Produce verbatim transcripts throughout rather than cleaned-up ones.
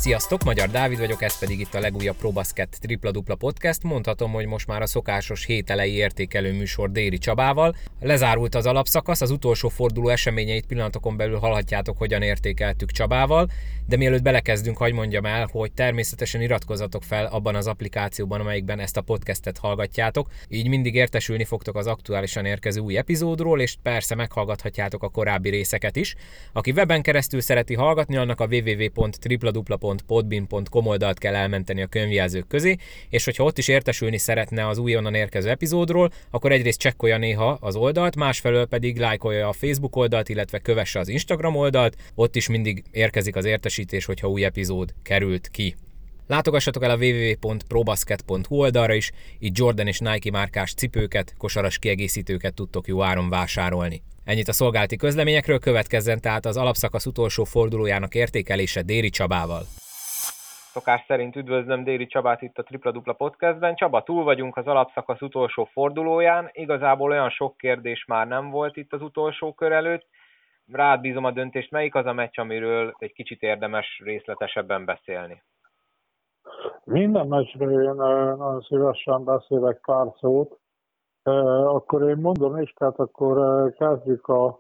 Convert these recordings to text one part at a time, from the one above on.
Sziasztok, Magyar Dávid vagyok, ez pedig itt a legújabb ProBasket Tripla Dupla Podcast. Mondhatom, hogy most már a szokásos hételei értékelő műsor Déri Csabával. Lezárult az alapszakasz, az utolsó forduló eseményeit pillanatokon belül hallhatjátok, hogyan értékeltük Csabával, de mielőtt belekezdünk, hadd mondjam el, hogy természetesen iratkozzatok fel abban az applikációban, amelyikben ezt a podcastet hallgatjátok, így mindig értesülni fogtok az aktuálisan érkező új epizódról, és persze meghallgathatjátok a korábbi részeket is. Aki weben keresztül szereti hallgatni, annak a double-u double-u double-u pont tripla dupla pont podbean pont com oldalt kell elmenteni a könyvjelzők közé, és hogyha ott is értesülni szeretne az újonnan érkező epizódról, akkor egyrészt csekkolja néha az oldalt, másfelől pedig lájkolja a Facebook oldalt, illetve kövesse az Instagram oldalt, ott is mindig érkezik az értesítés, hogyha új epizód került ki. Látogassatok el a double-u double-u double-u pont probasket pont hu oldalra is, itt Jordan és Nike márkás cipőket, kosaras kiegészítőket tudtok jó áron vásárolni. Ennyit a szolgálati közleményekről, következzen tehát az alapszakasz utolsó fordulójának értékelése Déri Csabával. Szokás szerint üdvözlöm Déri Csabát itt a Tripla Dupla Podcastben. Csaba, túl vagyunk az alapszakasz utolsó fordulóján, igazából olyan sok kérdés már nem volt itt az utolsó kör előtt. Rád bízom a döntést, melyik az a meccs, amiről egy kicsit érdemes részletesebben beszélni? Minden meccsről én nagyon szívesen beszélek pár szót. Akkor én mondom is, tehát akkor kezdjük a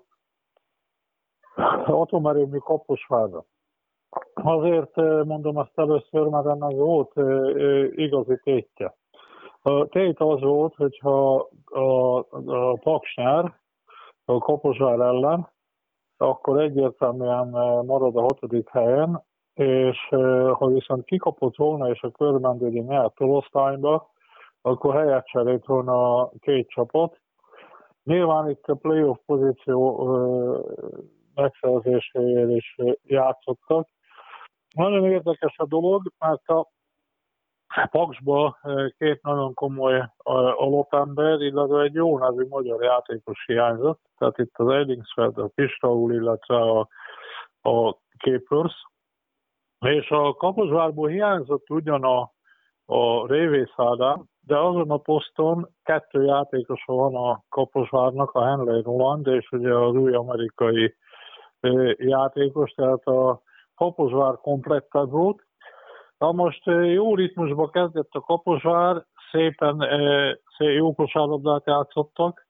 atomerőmű Kaposvárra. Azért mondom ezt először, mert ennek volt igazi tétje. A tét az volt, hogyha a, a Paks nyer a Kaposvár ellen, akkor egyértelműen marad a hatodik helyen, és ha viszont kikapott volna, és a Körmendegyi nyert torosztányba, akkor helyet cserélt volna a két csapat. Nyilván itt a playoff pozíció megszerzéséért is játszottak. Nagyon érdekes a dolog, mert a Paksba két nagyon komoly alapember, illetve egy jó nevű magyar játékos hiányzott. Tehát itt az Ellingsfeld, a Kisraúl, illetve a, a Képers. És a Kaposvárból hiányzott ugyan a, a Révész Ádám, de azon a poszton kettő játékosa van a Kaposvárnak, a Henley Roland, és ugye az új amerikai játékos, tehát a Kaposvár komplettebb volt. Na most jó ritmusba kezdett a Kaposvár, szépen szép jó kosárlabdát játszottak,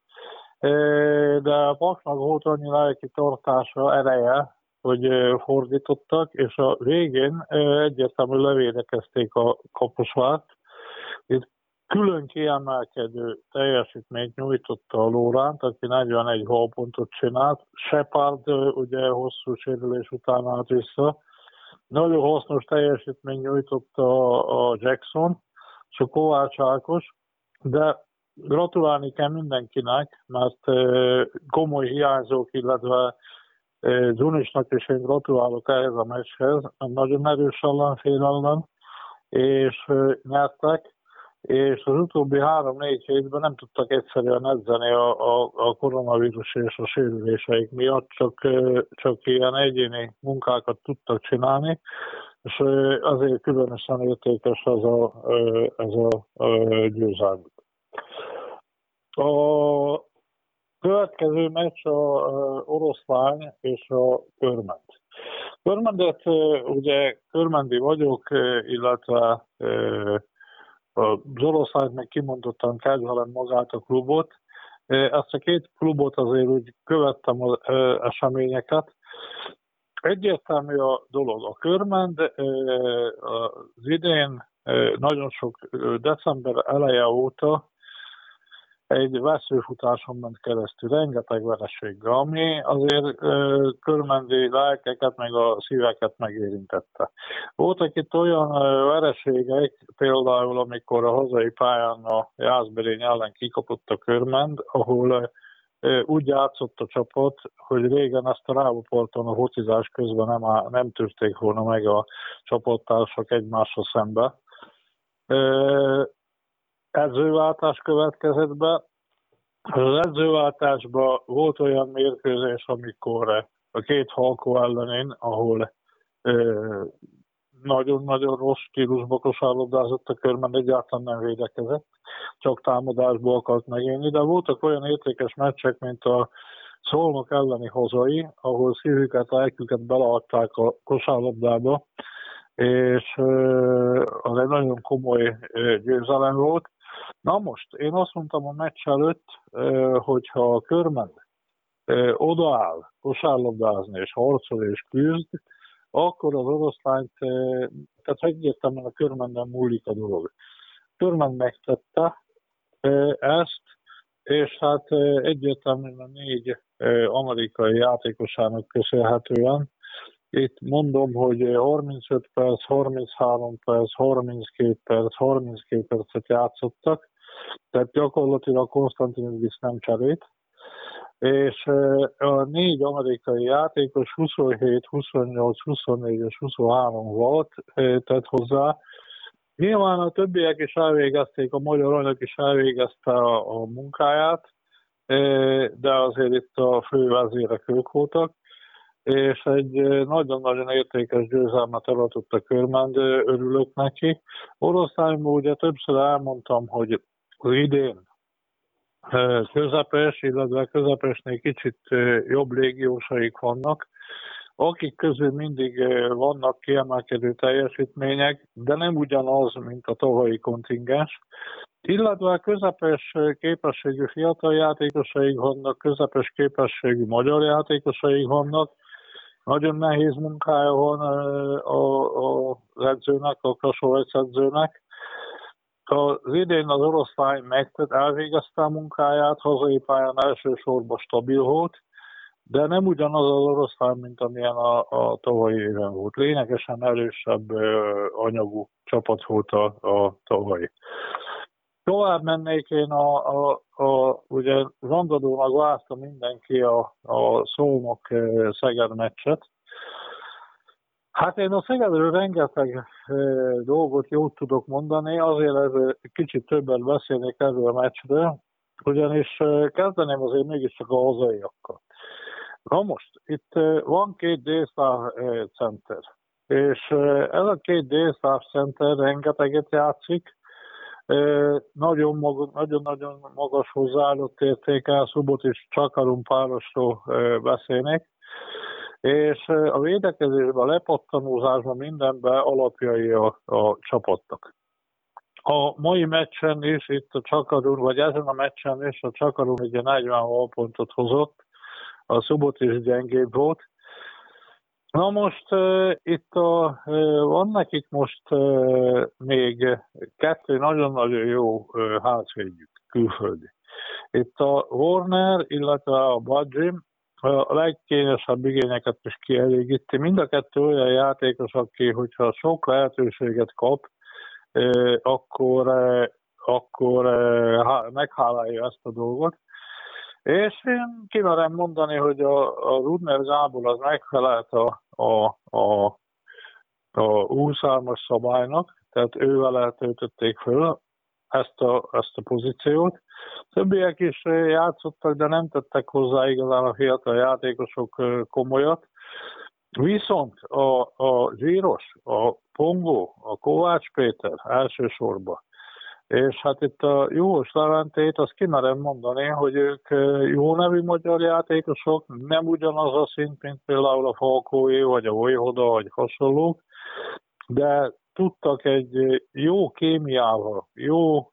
de a Paksnak volt annyi lelki tartása, ereje, hogy fordítottak, és a végén egyértelműen levédekezték a Kaposvárt. Itt külön kiemelkedő teljesítményt nyújtotta a Lóránt, aki negyvenegy gólpontot csinált. Shepard ugye hosszú sérülés után állt vissza. Nagyon hasznos teljesítményt nyújtotta a Jackson, és a Kovács Ákos, de gratulálni kell mindenkinek, mert komoly hiányzók, illetve Zunisnak is én gratulálok ehhez a meccshez, nagyon erős ellenfél ellen, és nyertek, és az utóbbi három-négy hétben nem tudtak egyszerűen edzeni a, a, a koronavírus és a sérüléseik miatt, csak, csak ilyen egyéni munkákat tudtak csinálni, és azért különösen értékes ez a, ez a, a győzelem. A következő meccs a Oroszlány és a Körmend. Körmendet, ugye Körmendi vagyok, illetve az Oroszlányt meg kimondottan kedvelem magát a klubot. Ezt a két klubot azért úgy követtem az eseményeket. Egyértelmű a dolog. A Körmend az idén nagyon sok december eleje óta egy veszőfutáson ment keresztül, rengeteg vereséggel, ami azért ö, körmendi lelkeket, meg a szíveket megérintette. Voltak itt olyan ö, vereségek, például amikor a hazai pályán a Jászberény ellen kikapott a Körmend, ahol ö, úgy játszott a csapat, hogy régen ezt a Rávaparton a focizás közben nem, áll, nem törték volna meg a csapattársak egymással szembe. Ö, edzőváltás következett be. Az edzőváltásban volt olyan mérkőzés, amikor a két Halkó ellenén, ahol ö, nagyon-nagyon rossz stílusba kosárlabdázott a Körmend, egyáltalán nem védekezett, csak támadásból akart megélni, de voltak olyan értékes meccsek, mint a Szolnok elleni hazai, ahol szívüket, lelküket beleadták a kosárlabdába, és az egy nagyon komoly győzelem volt. Na most, én azt mondtam a meccs előtt, hogyha a Körmend odaáll kosárlabdázni, és harcol és küzd, akkor az oroszlányt, tehát egyértelműen a Körmenden múlik a dolog. Körmend megtette ezt, és hát egyértelműen a négy amerikai játékosának köszönhetően. Itt mondom, hogy harmincöt perc, harminchárom perc, harminckét perc, harminckét percet játszottak, tehát gyakorlatilag Konstantinidis nem cserét, és a négy amerikai játékos huszonhét, huszonnyolc, huszonnégy és huszonhárom volt, tett hozzá. Nyilván a többiek is elvégezték, a magyar anyag is elvégezte a, a munkáját, de azért itt a fő vezérek ők voltak, és egy nagyon-nagyon értékes győzelmet elatott a Körmend, örülök neki. Oroszlányban ugye többször elmondtam, hogy az idén közepes, illetve közepesnél kicsit jobb légiósaik vannak, akik közül mindig vannak kiemelkedő teljesítmények, de nem ugyanaz, mint a tavalyi kontingens. Illetve a közepes képességű fiatal játékosaik vannak, közepes képességű magyar játékosaik vannak. Nagyon nehéz munkája van az edzőnek, a Krasovec edzőnek. Az idén az oroszlány megtett, elvégezte a munkáját, hazai pályán elsősorban stabil volt, de nem ugyanaz az oroszlány, mint amilyen a, a tavalyi éven volt. Lényegesen erősebb anyagú csapat volt a, a tavalyi. Tovább mennék én a, a, a ugye rangadónak várta mindenki a, a Szolnok-Szeged meccset. Hát én a Szegedről rengeteg e, dolgot jót tudok mondani, azért ez kicsit többet beszélnék erről a meccsről, ugyanis e, kezdeném azért mégiscsak a hazaiakkal. Na most, itt e, van két délszláv e, center, és e, ez a két délszláv center rengeteget játszik, nagyon-nagyon magas hozzáállott értékel, Szubot és Csakarun párosról beszélnek, és a védekezésben, a lepattanózásban mindenben alapjai a, a csapatnak. A mai meccsen is, itt a Csakarun, vagy ezen a meccsen is a Csakarun ugye negyvenhat pontot hozott, a Szubot is gyengébb volt. Na most uh, itt a, uh, van nekik most uh, még kettő nagyon-nagyon jó uh, hátvédjük, külföldi. Itt a Warner, illetve a Badjim a legkényesebb igényeket is kielégíti. Mind a kettő olyan játékos, aki, hogyha sok lehetőséget kap, uh, akkor, uh, akkor uh, meghálálja ezt a dolgot. És én kimerem mondani, hogy a, a Rudner Gábor az megfelelt a, a, a, a huszonhárom-as szabálynak, tehát ővel töltötték föl ezt a, ezt a pozíciót. Többiek is játszottak, de nem tettek hozzá igazán a fiatal játékosok komolyat. Viszont a, a Zsíros, a Pongó, a Kovács Péter elsősorban, és hát itt a Juhos Leventét, azt kimerem mondani, hogy ők jó nevű magyar játékosok, nem ugyanaz a szint, mint például a Falkóé, vagy a Vojvoda, vagy hasonlók, de tudtak egy jó kémiával, jó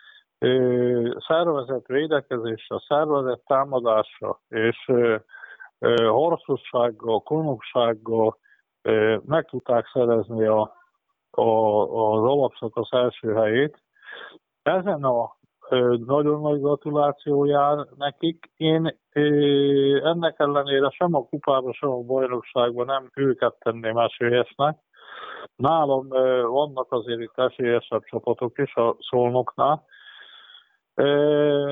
ö, szervezett védekezésre, szervezett támadásra, és ö, ö, harcossággal, konoksággal ö, meg tudták szerezni a, a, az alapszakasz első helyét. Ezen a ö, nagyon nagy gratuláció jár nekik. Én ö, ennek ellenére sem a kupában, sem a bajnokságban nem őket tenném esélyesnek. Nálam ö, vannak azért itt esélyesebb csapatok is a Szolnoknál. Ö,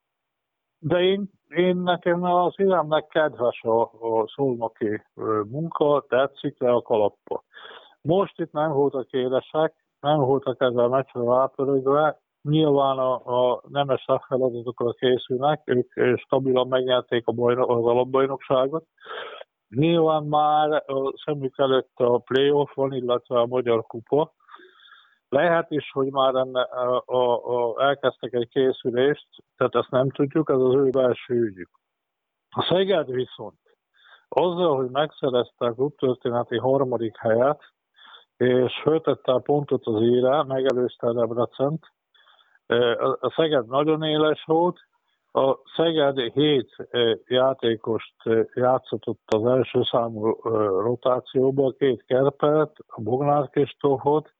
de én, én nekem a szívemnek kedves a, a szolnoki ö, munka, tetszik le a kalappa. Most itt nem voltak élesek, nem voltak ezzel a meccsre rápörögve. Nyilván a, a nemes feladatokra készülnek, ők stabilan megnyerték a bajnok, az alapbajnokságot. Nyilván már a szemük előtt a playoff van, illetve a Magyar Kupa. Lehet is, hogy már enne, a, a, a, elkezdtek egy készülést, tehát ezt nem tudjuk, ez az ő belső ügyük. A Szeged viszont azzal, hogy megszerezte a klubtörténeti harmadik helyet, és föltette a pontot az ére, megelőzte a Debrecent. A Szeged nagyon éles volt, a Szeged hét játékost játszott az első számú rotációban, két Kerpelt, a Bognár Kristófot,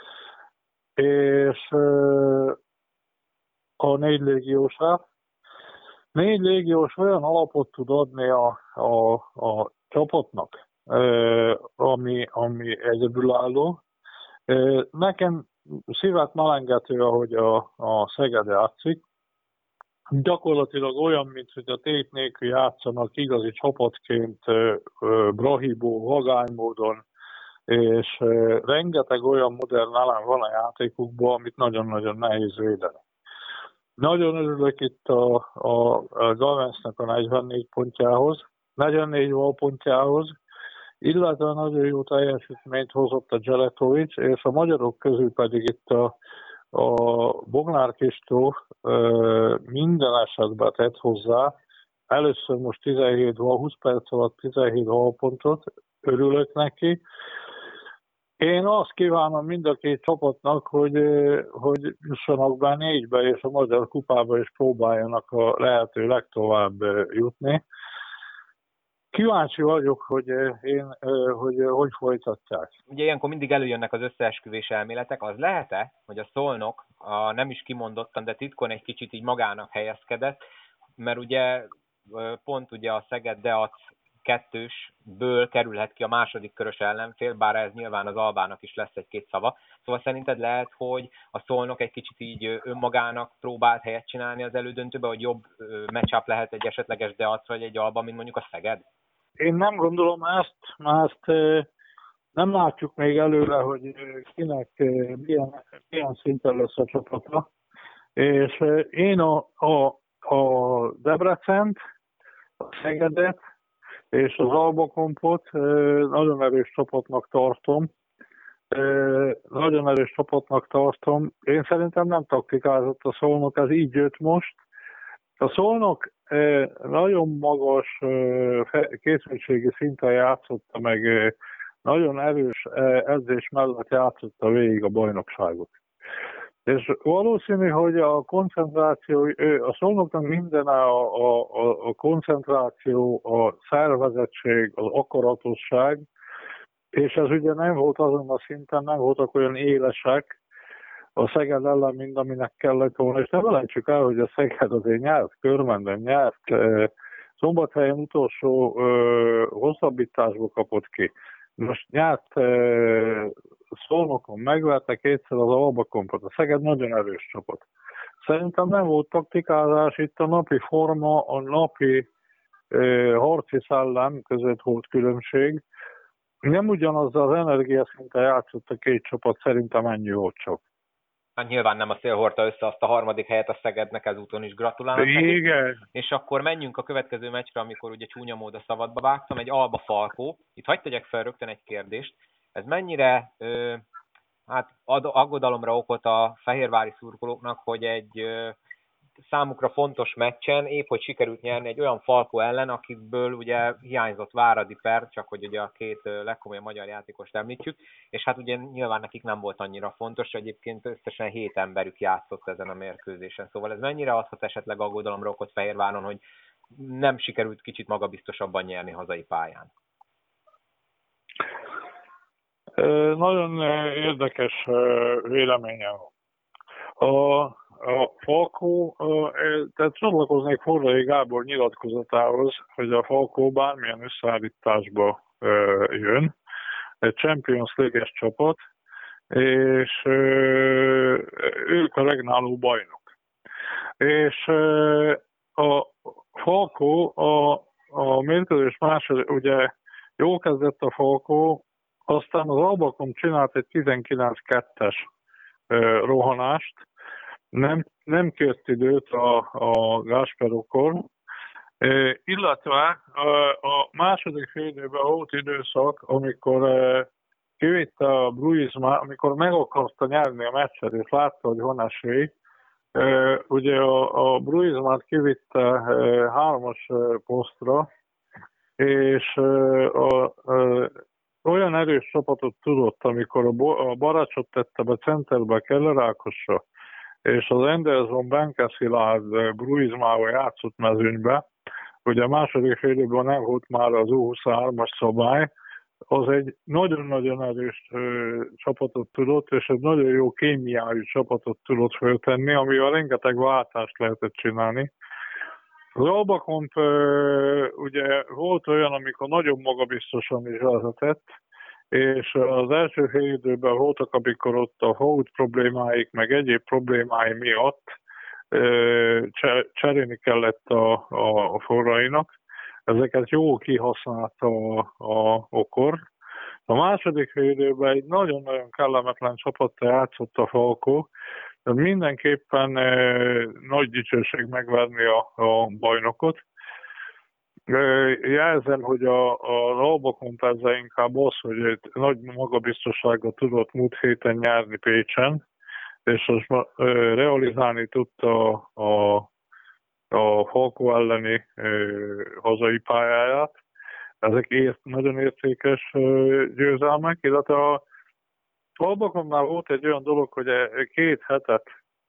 és a négy légiósát. Négy légiós olyan alapot tud adni a, a, a csapatnak, ami, ami egyedülálló. Nekem szívet melengető, ahogy a, a Szeged játszik. Gyakorlatilag olyan, mint hogy a tét nélkül játszanak igazi csapatként brahibó, vagány módon, és rengeteg olyan modern elem van a játékukban, amit nagyon-nagyon nehéz védeni. Nagyon örülök itt a, a, a Galvensnek a negyvennégy pontjához, negyvennégy pontjához, illetve nagyon jó teljesítményt hozott a Dzseletovics, és a magyarok közül pedig itt a, a Bognár Kristóf minden esetben tett hozzá. Először most tizenhét húsz perc alatt tizenhét pontot, örülök neki. Én azt kívánom mind a két csapatnak, hogy, hogy jussanak be négybe, és a Magyar Kupába is próbáljanak a lehető legtovább jutni. Kíváncsi vagyok, hogy én, hogy, hogy folytatják. Ugye ilyenkor mindig előjönnek az összeesküvés elméletek. Az lehet-e, hogy a Szolnok a nem is kimondottan, de titkon egy kicsit így magának helyezkedett, mert ugye pont ugye a Szeged Deac kettősből kerülhet ki a második körös ellenfél, bár ez nyilván az Albának is lesz egy-két szava. Szóval szerinted lehet, hogy a Szolnok egy kicsit így önmagának próbált helyet csinálni az elődöntőbe, hogy jobb matchup lehet egy esetleges Deac vagy egy Alba, mint mondjuk a Szeged? Én nem gondolom ezt, mert nem látjuk még előre, hogy kinek milyen, milyen szinten lesz a csapata. És én a, a, a Debrecent, a Szegedet és az Alba Kompot nagyon erős csapatnak tartom. Nagyon erős csapatnak tartom. Én szerintem nem taktikázott a Szolnok, ez így jött most. A Szolnok nagyon magas készültségi szinten játszotta, meg nagyon erős edzés mellett játszotta végig a bajnokságot. És valószínű, hogy a koncentráció, a Szolnoknak minden a, a, a koncentráció, a szervezettség, az akaratosság, és ez ugye nem volt azon a szinten, nem voltak olyan élesek a Szeged ellen, mint aminek kellett volna. És ne felejtsük el, hogy a Szeged azért nyert, Körmenden nyert, Szombathelyen utolsó hosszabbításba kapott ki. Most nyert Szolnokon, megverte kétszer az Alba Kompot. A Szeged nagyon erős csapat. Szerintem nem volt taktikázás, itt a napi forma, a napi harci szellem között volt különbség. Nem ugyanaz az energiaszinten játszott a két csapat, szerintem ennyi volt csak. Hát nyilván nem a szél hordta össze azt a harmadik helyet a Szegednek, ezúton is gratulálok. Igen. És akkor menjünk a következő meccsre, amikor ugye csúnya mód a szabadba vágtam, egy Alba Falkó. Itt hagyd tegyek fel rögtön egy kérdést. Ez mennyire ö, hát ad, aggodalomra okot a fehérvári szurkolóknak, hogy egy ö, számukra fontos meccsen épp hogy sikerült nyerni egy olyan Falkó ellen, akikből ugye hiányzott Váradi Per, csak hogy ugye a két legkomolyabb magyar játékost említjük, és hát ugye nyilván nekik nem volt annyira fontos, egyébként összesen hét emberük játszott ezen a mérkőzésen. Szóval ez mennyire adhat esetleg aggodalomra okot Fehérváron, hogy nem sikerült kicsit magabiztosabban nyerni hazai pályán? Nagyon érdekes véleményem. A A Falkó, tehát csatlakoznék Forrai Gábor nyilatkozatához, hogy a Falkó bármilyen összeállításba jön, egy Champions League-es csapat, és ők a regnáló bajnok. És a Falkó a, a mérkőzés második, ugye jól kezdett a Falkó, aztán az Albakom csinált egy tizenkilenc kettes rohanást, Nem, nem kért időt a, a Gásperokon, e, illetve a, a második fél időben volt időszak, amikor e, kivitte a Bruizma, amikor meg akarta nyerni a meccset, és látta, hogy van esély. E, ugye a, a Bruizmát kivitte e, hármas posztra, és e, a, a, olyan erős csapatot tudott, amikor a, Bo- a Baracsot tette be centerbe Keller Ákosra, és az Anderson Benkeszilárd Bruizmával játszott mezőnybe, ugye a második fél évben nem volt már az U huszonhármas szabály, az egy nagyon-nagyon erős ö, csapatot tudott, és egy nagyon jó kémiájú csapatot tudott föltenni, amivel rengeteg váltást lehetett csinálni. Az Albakomp ugye volt olyan, amikor nagyon magabiztosan is vezetett, és az első fél időben voltak, amikor ott a hold problémáik, meg egyéb problémái miatt ö, cserélni kellett a, a, a forrainak. Ezeket jól kihasználta a, a Okor. A második fél időben egy nagyon-nagyon kellemetlen csapattal játszott a Falkó, tehát mindenképpen e, nagy dicsőség megverni a, a bajnokot. E, jelzem, hogy a, a Albakomp ezzel inkább az, hogy egy nagy magabiztossággal tudott múlt héten nyerni Pécsen, és most e, realizálni tudta a, a, a Falkó elleni e, hazai pályáját. Ezek ért, nagyon értékes e, győzelmek, illetve a Albakomnál volt egy olyan dolog, hogy két hetet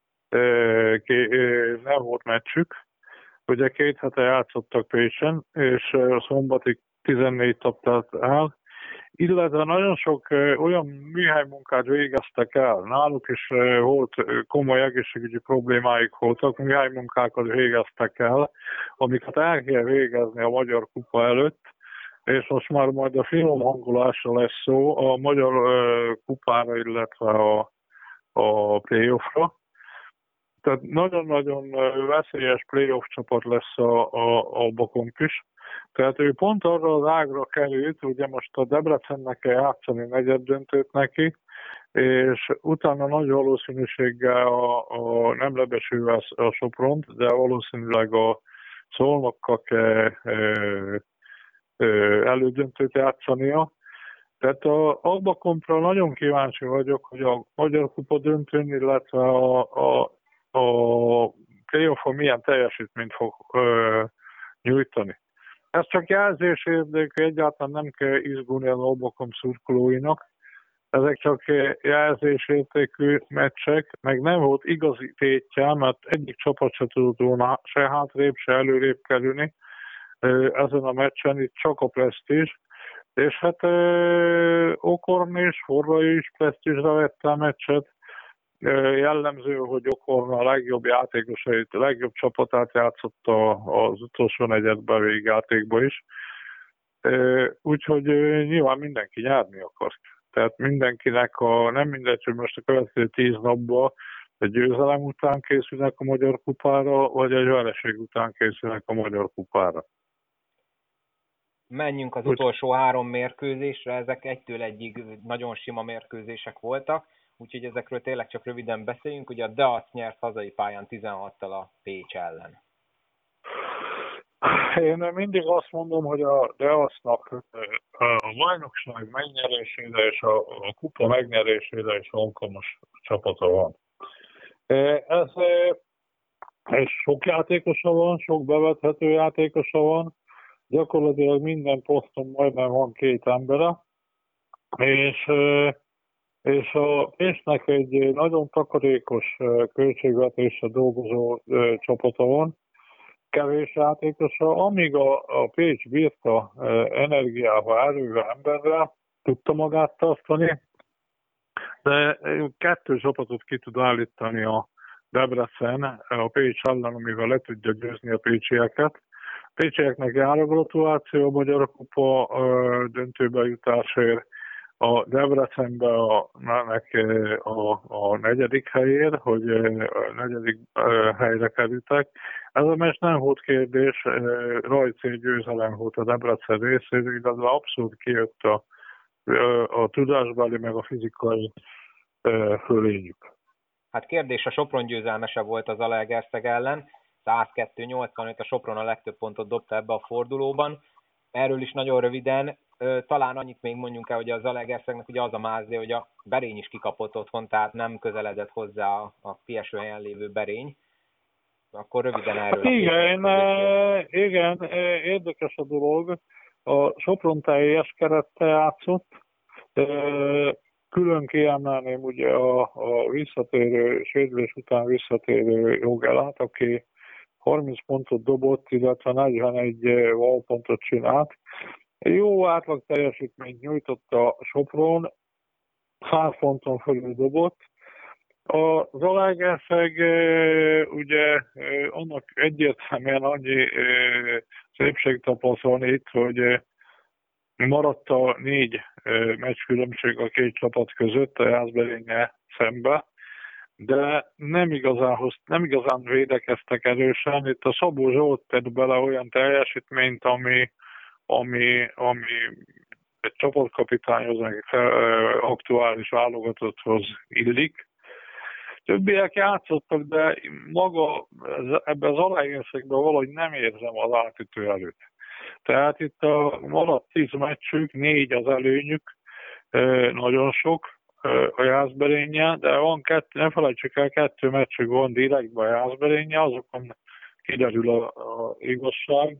nem volt meccsük, ugye két hete játszottak Pécsen, és a szombatig tizennégy taptát el, illetve nagyon sok olyan műhelymunkát végeztek el. Náluk is volt komoly egészségügyi problémáik voltak, műhelymunkákat végeztek el, amiket el kell végezni a Magyar Kupa előtt, és most már majd a finom hangolásra lesz szó a Magyar uh, Kupára, illetve a, a playoffra. Tehát nagyon-nagyon veszélyes playoff csapat lesz a, a, a Bakomp is. Tehát ő pont arra az ágra került, ugye most a Debrecennek kell játszani negyeddöntőt neki, és utána nagy valószínűséggel a, a nem lebesülve a Sopront, de valószínűleg a Szolnokkal kell e, elődöntőt játszania. Tehát a Albakompra nagyon kíváncsi vagyok, hogy a Magyar Kupa döntőn, illetve a, a, a playoffon milyen teljesítményt fog ö, nyújtani. Ez csak jelzés érdekű, egyáltalán nem kell izgulni az Albakomp szurkolóinak. Ezek csak jelzésértékű meccsek, meg nem volt igazi tétje, mert egyik csapat se tudott volna se hátrébb, se előrébb kerülni ezen a meccsen, itt csak a presztízs, és hát Okorn és Forrai is presztízsre vette a meccset. Jellemző, hogy Okorn a legjobb játékosait, a legjobb csapatát játszotta az utolsó negyedben végjátékban is. Úgyhogy nyilván mindenki nyerni akar. Tehát mindenkinek, a, nem mindegy, hogy most a következő tíz napban egy győzelem után készülnek a Magyar Kupára, vagy egy vereség után készülnek a Magyar Kupára. Menjünk az utolsó három mérkőzésre, ezek egytől egyig nagyon sima mérkőzések voltak, úgyhogy ezekről tényleg csak röviden beszéljünk. Ugye a Deac nyert hazai pályán tizenhattal a Pécs ellen. Én mindig azt mondom, hogy a Deacnak a bajnokság megnyerésére és a, a kupa megnyerésére is alkalmas csapata van. Ez, ez sok játékosa van, sok bevethető játékosa van, gyakorlatilag minden poszton majdnem van két embere, és, és a Pécsnek egy nagyon takarékos költségvetésre dolgozó csapata van, kevés játékosa, amíg a, a Pécs bírta energiával, erővel, emberrel, tudta magát tartani, de kettő csapatot ki tud állítani a Debrecen a Pécs ellen, amivel le tudja győzni a pécsieket. A pécsieknek jár a gratuláció a Magyar Kupa döntőbe jutásért, a Debrecenben a, a, a negyedik helyért, hogy a negyedik helyre kerültek. Ez a meccs nem volt kérdés, rajcé győzelem volt a Debrecen részéről, illetve abszolút kijött a, a tudásbeli meg a fizikai fölényük. Hát kérdés, a Sopron győzelmese volt az Zalaegerszeg ellen, száz kettő nyolcvanöt, a Sopron a legtöbb pontot dobta ebbe a fordulóban. Erről is nagyon röviden, talán annyit még mondjunk el, hogy a Zalaegerszegnek ugye az a mázé, hogy a Berény is kikapott otthon, tehát nem közeledett hozzá a, a kieső helyen lévő Berény. Akkor röviden erről. Igen, igen, érdekes a dolog. A Sopron teljes kerettel játszott, Külön kiemelném ugye a, a visszatérő, sérülés után visszatérő Jogelát, aki harminc pontot dobott, illetve negyvenegy valpontot csinált. Jó átlag teljesítményt nyújtott a Sopron, száz ponton fölül dobott. A Zalaegerszeg ugye annak egyértelműen annyi szépség tapasztalni itt, hogy maradt a négy meccs különbség a két csapat között a Jászberénye szembe, de nem igazán, hoz, nem igazán védekeztek erősen. Itt a Szabó Zsolt tett bele olyan teljesítményt, ami, ami, ami egy csapatkapitányhoz, meg aktuális válogatotthoz illik. Többiek játszottak, de maga ebben az Zalaegerszegben valahogy nem érzem az átütő előtt. Tehát itt a maradt tíz meccsük, négy az előnyük, nagyon sok a Jászberénnyel, de van kettő, ne felejtsük el, kettő meccsük van direktben a Jászberénnyel, azokon kiderül a, a igazság.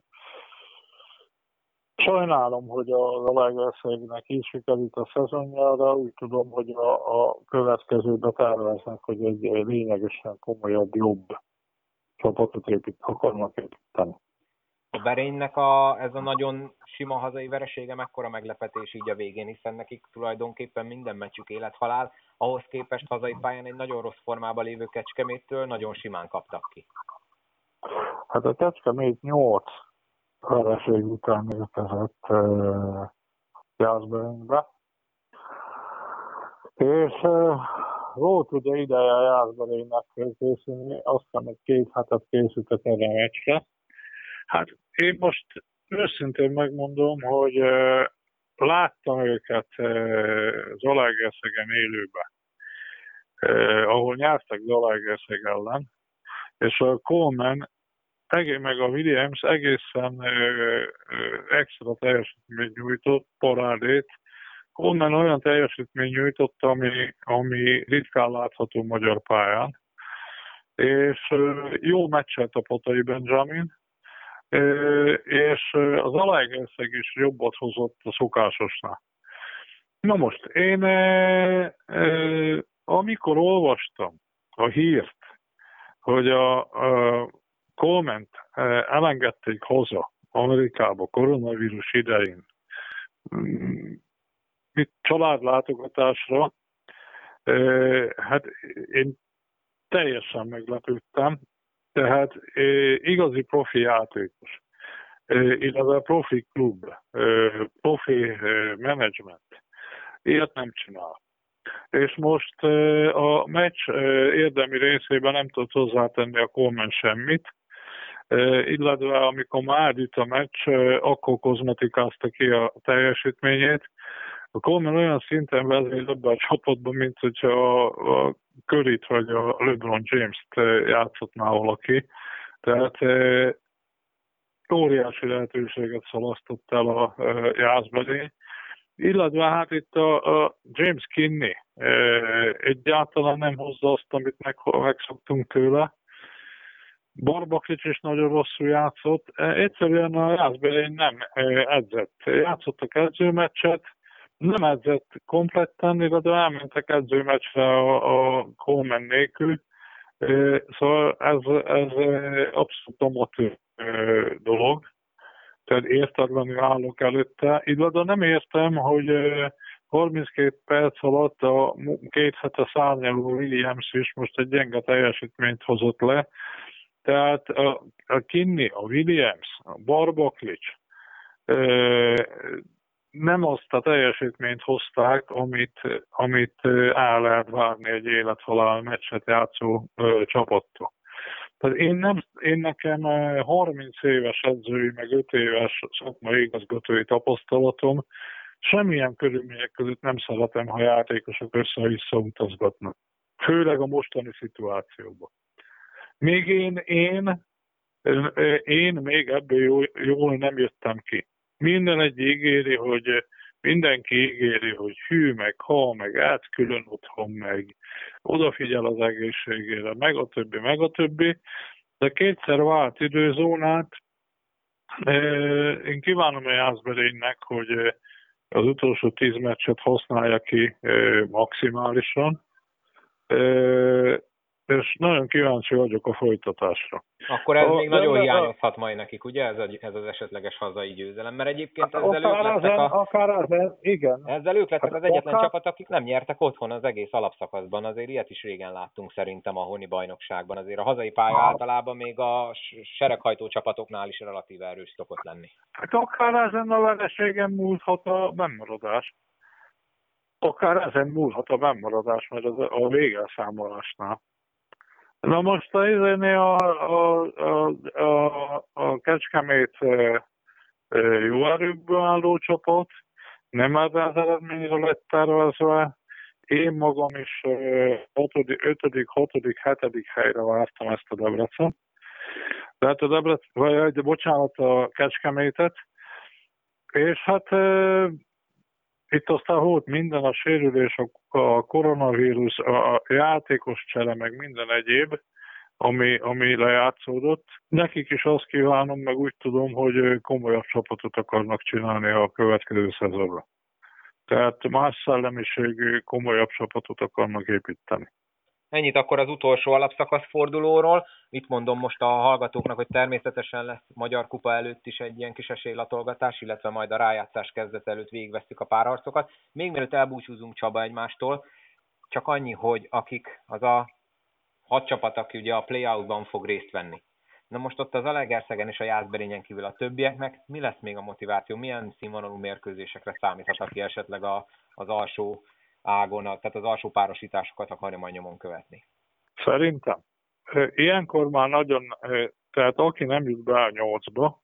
Sajnálom, hogy a Zalaegerszegnek így sikerült a szezonja, de úgy tudom, hogy a, a következőben terveznek, hogy egy lényegesen komolyabb, jobb csapatot épít, akarnak építeni. A Berénynek a, ez a nagyon sima hazai veresége mekkora meglepetés így a végén, hiszen nekik tulajdonképpen minden meccsük élethalál, ahhoz képest hazai pályán egy nagyon rossz formában lévő Kecskeméttől nagyon simán kaptak ki. Hát a Kecskemét nyolc vereség után érkezett uh, Jászberénybe, és uh, volt ugye ideje a Jászberénynek készülni, aztán egy két hetet készültek erre a meccsre. Hát én most őszintén megmondom, hogy uh, láttam őket uh, Zalaegerszegen élőben, uh, ahol nyertek Zalaegerszeg ellen, és a Coleman meg a Williams egészen uh, uh, extra teljesítményt nyújtott, parádét. Coleman olyan teljesítményt nyújtott, ami, ami ritkán látható magyar pályán, és uh, jó meccselt a Potai Benjamin, és az Zalaegerszeg is jobbat hozott a szokásosnál. Na most, én amikor olvastam a hírt, hogy a, a Coleman-t elengedték haza Amerikába koronavírus idején, itt családlátogatásra, hát én teljesen meglepődtem. Tehát e, igazi profi játékos, e, illetve profi klub, e, profi e, menedzsment, ilyet nem csinál. És most e, a meccs e, érdemi részében nem tudott hozzátenni a Coleman semmit, e, illetve amikor már itt a meccs, e, akkor kozmetikázta ki a teljesítményét. A Coleman olyan szinten vezér ebbe a csapatban, mint hogyha a, a Curryt vagy a LeBron James-t játszottná valaki. Tehát e, óriási lehetőséget szalasztott el a e, Jászberény. Illetve hát itt a, a James Kinney e, egyáltalán nem hozza azt, amit meg, megszoktunk tőle. Barbaklics is nagyon rosszul játszott. E, egyszerűen a Jászberény nem e, edzett. Játszottak edzőmeccset, nem edzett kompletten, illetve elmentek edzőmeccsre a, a Coleman nélkül. Szóval ez, ez abszolút amatőr dolog. Tehát értetlenül állok előtte. Illetve nem értem, hogy harminckét perc alatt a két hete szárnyaló Williams is most egy gyenge teljesítményt hozott le. Tehát a, a Kinney, a Williams, a Barbaklics nem azt a teljesítményt hozták, amit, amit el lehet várni egy élethalál meccset játszó ö, csapattól. Tehát én, nem, én nekem harminc éves edzői, meg öt éves szakmai igazgatói tapasztalatom, semmilyen körülmények között nem szeretem, ha játékosok össze-vissza utazgatnak. Főleg a mostani szituációban. Még én, én, én még ebből jól, jól nem jöttem ki. Minden egy ígéri, hogy mindenki ígéri, hogy hű, meg hal, meg át külön otthon, meg odafigyel az egészségére, meg a többi, meg a többi. De kétszer vált időzónát. Én kívánom a Jászberénynek, hogy az utolsó tíz meccset használja ki maximálisan, és nagyon kíváncsi vagyok a folytatásra. Akkor ez a, még nagyon de, hiányozhat majd nekik, ugye, ez, a, ez az esetleges hazai győzelem, mert egyébként ezzel akár ők lettek ezen, a... akár ezen, igen. Ezzel ők lettek az egyetlen akár... csapat, akik nem nyertek otthon az egész alapszakaszban, azért ilyet is régen láttunk szerintem a honi bajnokságban, azért a hazai pálya ah. általában még a sereghajtó csapatoknál is relatív erős szokott lenni. Hát akár ezen a vereségen múlhat a bennmaradás. Akár ezen múlhat a bennmaradás, mert az a végelszámolásnál. Na most a, a, a, a, a, a Kecskemét jó erőkből álló csapat, nem erre az eredményre lett tervezve. Én magam is ötödik, hatodik, hetedik helyre vártam ezt a Debrecen. Tehát a Debrecen, vagy de bocsánat, a Kecskemétet. És hát itt aztán volt minden, a sérülés, a koronavírus, a játékos csere, meg minden egyéb, ami, ami lejátszódott. Nekik is azt kívánom, meg úgy tudom, hogy komolyabb csapatot akarnak csinálni a következő szezonra. Tehát más szellemiségű, komolyabb csapatot akarnak építeni. Ennyit akkor az utolsó alapszakasz fordulóról. Mit mondom most a hallgatóknak, hogy természetesen lesz Magyar Kupa előtt is egy ilyen kis esélylatolgatás, illetve majd a rájátszás kezdet előtt végigvesztük a párharcokat. Még mielőtt elbúcsúzunk, Csaba, egymástól, csak annyi, hogy akik az a hat csapat, aki ugye a play-outban fog részt venni. Na most ott az Zalaegerszegen és a Jászberényen kívül a többieknek mi lesz még a motiváció? Milyen színvonalú mérkőzésekre számíthat, aki esetleg a, az alsó ágon, tehát az alsó párosításokat akarja majd nyomon követni? Szerintem. Ilyenkor már nagyon, tehát aki nem jut be a nyolcba,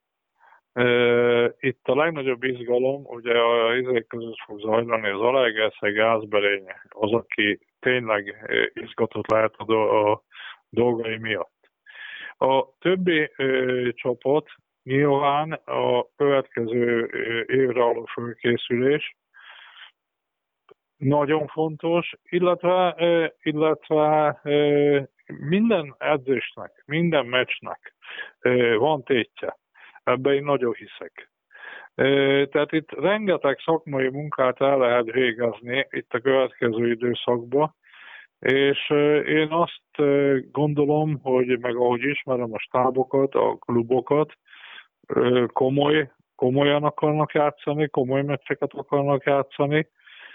itt a legnagyobb izgalom, ugye a izék között fog zajlani az Zalaegerszeg, Jászberény, az, aki tényleg izgatott lehet a, a dolgai miatt. A többi ö, csapat nyilván a következő évre való fölkészülés nagyon fontos, illetve, ö, illetve ö, minden edzésnek, minden meccsnek ö, van tétje. Ebben én nagyon hiszek. Ö, tehát itt rengeteg szakmai munkát el lehet végezni itt a következő időszakban, és én azt gondolom, hogy meg ahogy ismerem a stábokat, a klubokat, komoly, komolyan akarnak játszani, komoly meccseket akarnak játszani,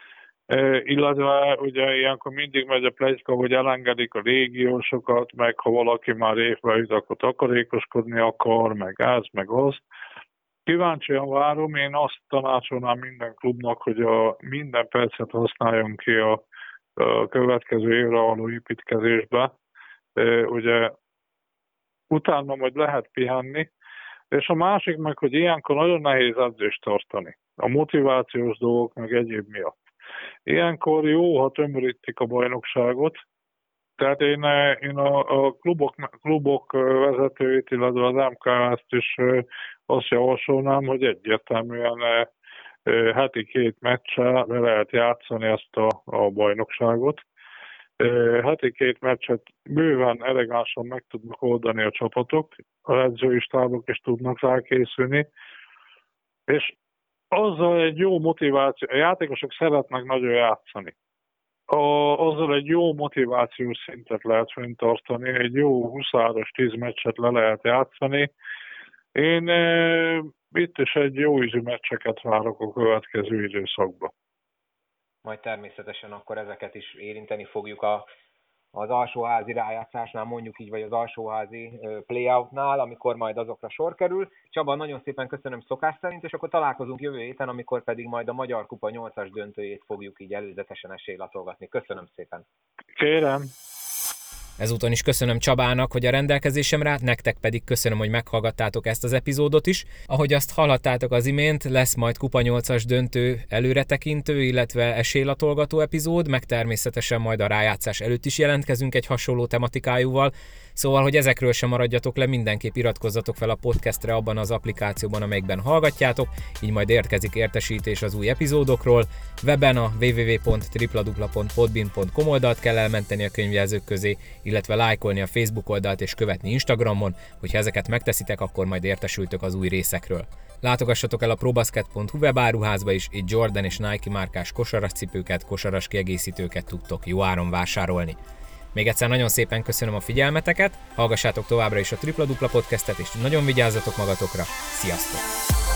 illetve ugye ilyenkor mindig megy a pletyka, hogy elengedik a légiósokat, meg ha valaki már évbe jut, akkor takarékoskodni akar, meg ez, meg az. Kíváncsian várom, én azt tanácsolnám minden klubnak, hogy a minden percet használjon ki a a következő évre való építkezésbe. Ugye utána majd lehet pihenni, és a másik meg, hogy ilyenkor nagyon nehéz edzést tartani. A motivációs dolgok meg egyéb miatt. Ilyenkor jó, ha tömörítik a bajnokságot, tehát én, én a, a klubok, klubok vezetőit, illetve az em ká ezt is azt javasolnám, hogy egyértelműen heti két meccsel le lehet játszani ezt a, a bajnokságot. Heti két meccset bőven elegánsan meg tudnak oldani a csapatok, az edzői stábok is tudnak rá készülni, és azzal egy jó motiváció, a játékosok szeretnek nagyon játszani. A, azzal egy jó motivációs szintet lehet fenntartani, egy jó huszáros tíz meccset le lehet játszani. Én e, itt is egy jó ízű meccseket várok a következő időszakban. Majd természetesen akkor ezeket is érinteni fogjuk a, az alsóházi rájátszásnál, mondjuk így, vagy az alsóházi playoutnál, amikor majd azokra sor kerül. Csaba, nagyon szépen köszönöm szokás szerint, és akkor találkozunk jövő héten, amikor pedig majd a Magyar Kupa nyolcas döntőjét fogjuk így előzetesen esélylatolgatni. Köszönöm szépen! Kérem! Ezúton is köszönöm Csabának, hogy a rendelkezésemre állt, nektek pedig köszönöm, hogy meghallgattátok ezt az epizódot is. Ahogy azt hallhattátok az imént, lesz majd Kupa nyolcas döntő előretekintő, illetve esélylatolgató epizód, meg természetesen majd a rájátszás előtt is jelentkezünk egy hasonló tematikájúval. Szóval, hogy ezekről sem maradjatok le, mindenképp iratkozzatok fel a podcastre abban az applikációban, amelyikben hallgatjátok, így majd érkezik értesítés az új epizódokról. Weben a double-u double-u double-u pont tripla dupla pont podbean pont com oldalt kell elmenteni a könyvjelzők közé, illetve lájkolni a Facebook oldalt és követni Instagramon, hogyha ezeket megteszitek, akkor majd értesültök az új részekről. Látogassatok el a probasket pont hu webáruházba is, itt Jordan és Nike márkás kosarascipőket, kosaras kiegészítőket tudtok jó áron vásárolni. Még egyszer nagyon szépen köszönöm a figyelmeteket, hallgassátok továbbra is a Tripla Dupla podcastet, és nagyon vigyázzatok magatokra, sziasztok!